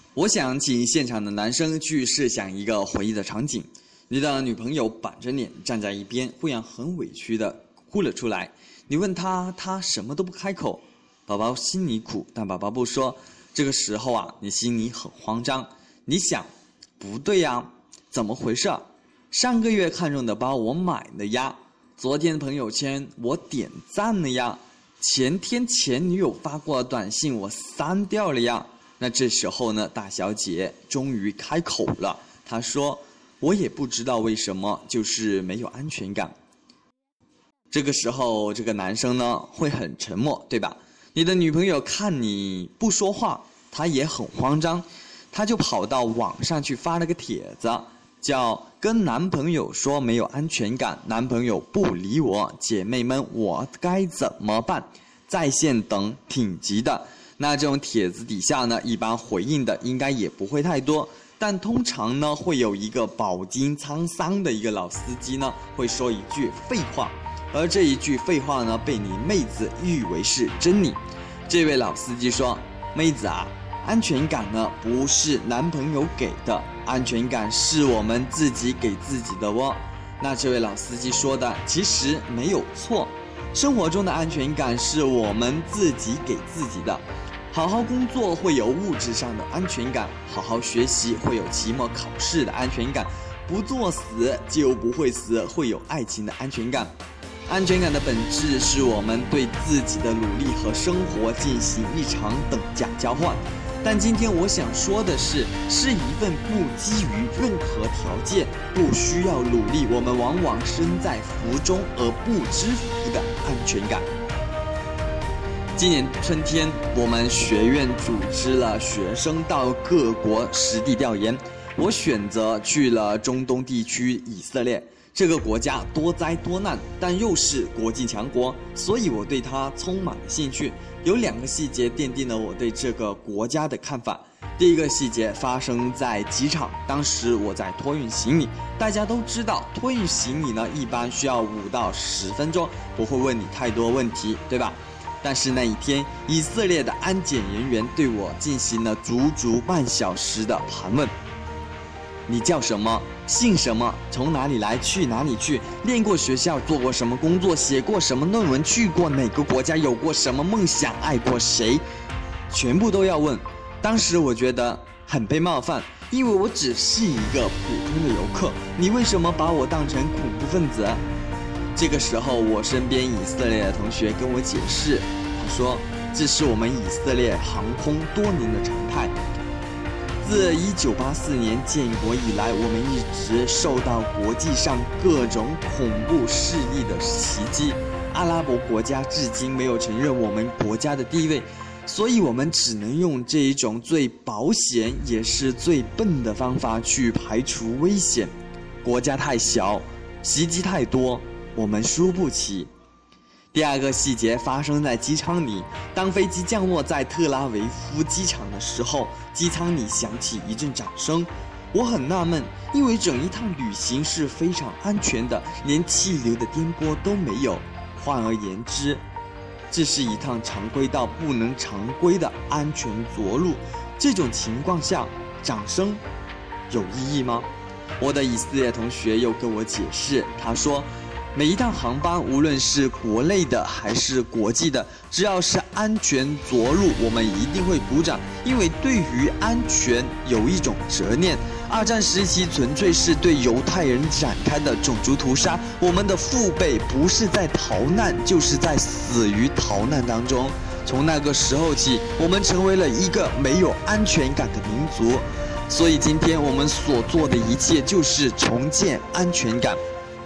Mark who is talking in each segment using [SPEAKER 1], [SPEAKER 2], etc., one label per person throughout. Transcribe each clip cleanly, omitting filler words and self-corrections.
[SPEAKER 1] 我想请现场的男生去设想一个回忆的场景，你的女朋友板着脸站在一边，忽然很委屈地哭了出来。你问她，她什么都不开口。宝宝心里苦，但宝宝不说。这个时候啊，你心里很慌张。你想，不对呀，怎么回事？上个月看中的包我买了呀，昨天的朋友圈我点赞了呀，前天前女友发过的短信我删掉了呀。那这时候呢，大小姐终于开口了，她说：“我也不知道为什么，就是没有安全感。”这个时候，这个男生呢会很沉默，对吧？你的女朋友看你不说话，她也很慌张，她就跑到网上去发了个帖子，叫“跟男朋友说没有安全感，男朋友不理我，姐妹们我该怎么办？在线等，挺急的。”那这种帖子底下呢，一般回应的应该也不会太多，但通常呢会有一个饱经沧桑的一个老司机呢会说一句废话，而这一句废话呢被你妹子誉为是真理。这位老司机说：“妹子啊，安全感呢不是男朋友给的，安全感是我们自己给自己的哦。”那这位老司机说的其实没有错，生活中的安全感是我们自己给自己的。好好工作会有物质上的安全感，好好学习会有期末考试的安全感，不作死就不会死，会有爱情的安全感。安全感的本质是我们对自己的努力和生活进行一场等价交换。但今天我想说的是一份不基于任何条件，不需要努力，我们往往身在福中而不知福的安全感。今年春天，我们学院组织了学生到各国实地调研，我选择去了中东地区以色列。这个国家多灾多难，但又是国际强国，所以我对它充满了兴趣。有2个细节奠定了我对这个国家的看法。第一个细节发生在机场，当时我在托运行李。大家都知道，托运行李呢一般需要5到10分钟，不会问你太多问题，对吧？但是那一天，以色列的安检人员对我进行了足足半小时的盘问。你叫什么？姓什么？从哪里来？去哪里去？念过学校？做过什么工作？写过什么论文？去过哪个国家？有过什么梦想？爱过谁？全部都要问。当时我觉得很被冒犯，因为我只是一个普通的游客，你为什么把我当成恐怖分子？这个时候，我身边以色列的同学跟我解释，他说：“这是我们以色列航空多年的常态。自1984年建国以来，我们一直受到国际上各种恐怖势力的袭击。阿拉伯国家至今没有承认我们国家的地位，所以我们只能用这一种最保险也是最笨的方法去排除危险。国家太小，袭击太多，我们输不起。”第2个细节发生在机场里，当飞机降落在特拉维夫机场的时候，机舱里响起一阵掌声。我很纳闷，因为整一趟旅行是非常安全的，连气流的颠簸都没有。换而言之，这是一趟常规到不能常规的安全着陆。这种情况下，掌声有意义吗？我的以色列同学又跟我解释，他说：“每一趟航班，无论是国内的还是国际的，只要是安全着陆，我们一定会鼓掌，因为对于安全有一种执念。2战时期纯粹是对犹太人展开的种族屠杀，我们的父辈不是在逃难，就是在死于逃难当中。从那个时候起，我们成为了一个没有安全感的民族。所以今天我们所做的一切，就是重建安全感。”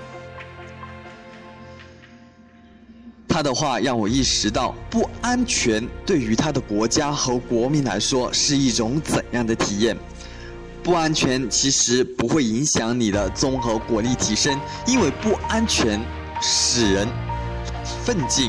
[SPEAKER 1] 他的话让我意识到，不安全对于他的国家和国民来说是一种怎样的体验。不安全其实不会影响你的综合国力提升，因为不安全使人奋进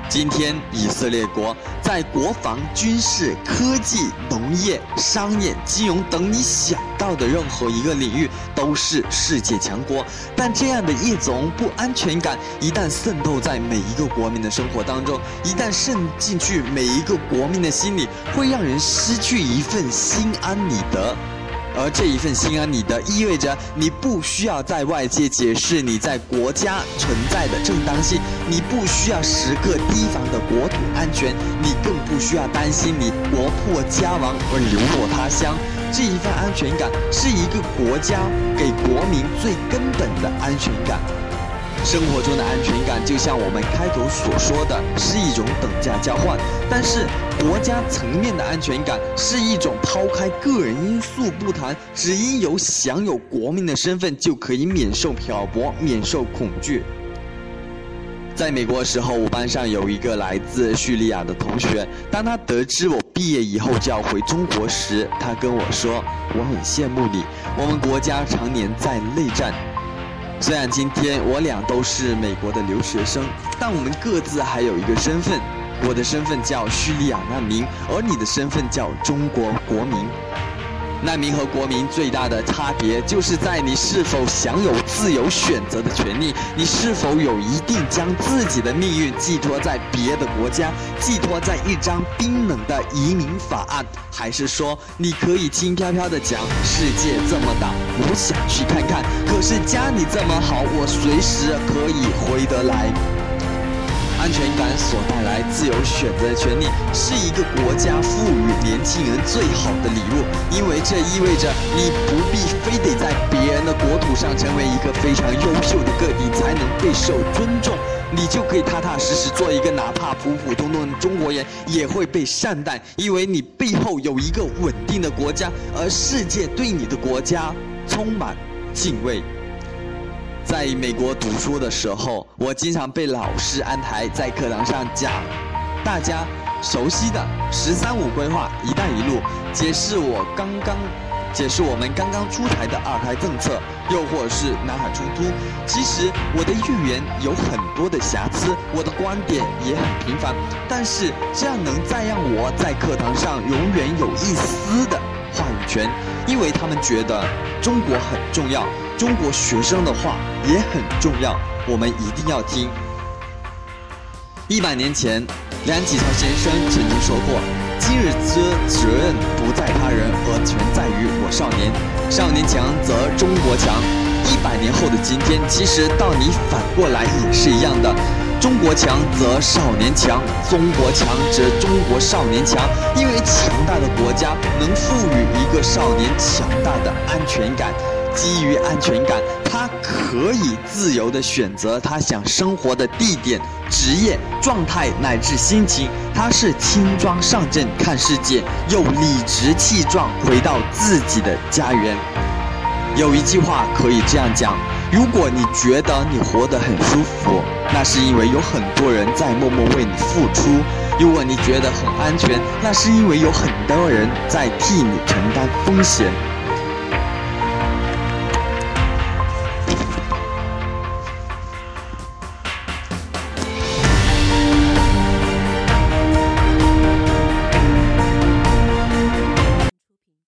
[SPEAKER 1] 今天以色列国在国防、军事、科技、农业、商业、金融等你想到的任何一个领域都是世界强国，但这样的一种不安全感一旦渗透在每一个国民的生活当中，一旦渗进去每一个国民的心里，会让人失去一份心安理得。而这一份心安理得意味着你不需要在外界解释你在国家存在的正当性，你不需要时刻提防的国土安全，你更不需要担心你国破家亡而流落他乡。这一份安全感是一个国家给国民最根本的安全感。生活中的安全感就像我们开头所说的，是一种等价交换，但是国家层面的安全感是一种抛开个人因素不谈，只因有享有国民的身份就可以免受漂泊，免受恐惧。在美国的时候，我班上有一个来自叙利亚的同学，当他得知我毕业以后就要回中国时，他跟我说，我很羡慕你，我们国家常年在内战。虽然今天我俩都是美国的留学生，但我们各自还有一个身份，我的身份叫叙利亚难民，而你的身份叫中国国民。难民和国民最大的差别就是在你是否享有自由选择的权利，你是否有一定将自己的命运寄托在别的国家，寄托在一张冰冷的移民法案，还是说你可以轻飘飘地讲，世界这么大，我想去看看，可是家里这么好，我随时可以回得来。安全感所带来自由选择的权利，是一个国家赋予年轻人最好的礼物，因为这意味着你不必非得在别人的国土上成为一个非常优秀的个体才能备受尊重，你就可以踏踏实实做一个哪怕普普通通的中国人也会被善待，因为你背后有一个稳定的国家，而世界对你的国家充满敬畏。在美国读书的时候，我经常被老师安排在课堂上讲大家熟悉的“十三五”规划、“一带一路”，解释我们刚刚出台的二胎政策，又或者是南海冲突。其实我的预言有很多的瑕疵，我的观点也很平凡，但是这样能再让我在课堂上永远有一丝的话语权，因为他们觉得中国很重要，中国学生的话也很重要，我们一定要听。100年前，梁启超先生曾经说过，今日之责任不在他人，而全在于我少年。少年强则中国强。100年后的今天，其实到你反过来也是一样的。中国强则少年强，中国强则中国少年强，因为强大的国家能赋予一个少年强大的安全感。基于安全感，他可以自由地选择他想生活的地点、职业、状态乃至心情。他是轻装上阵看世界，又理直气壮回到自己的家园。有一句话可以这样讲，如果你觉得你活得很舒服，那是因为有很多人在默默为你付出；如果你觉得很安全，那是因为有很多人在替你承担风险。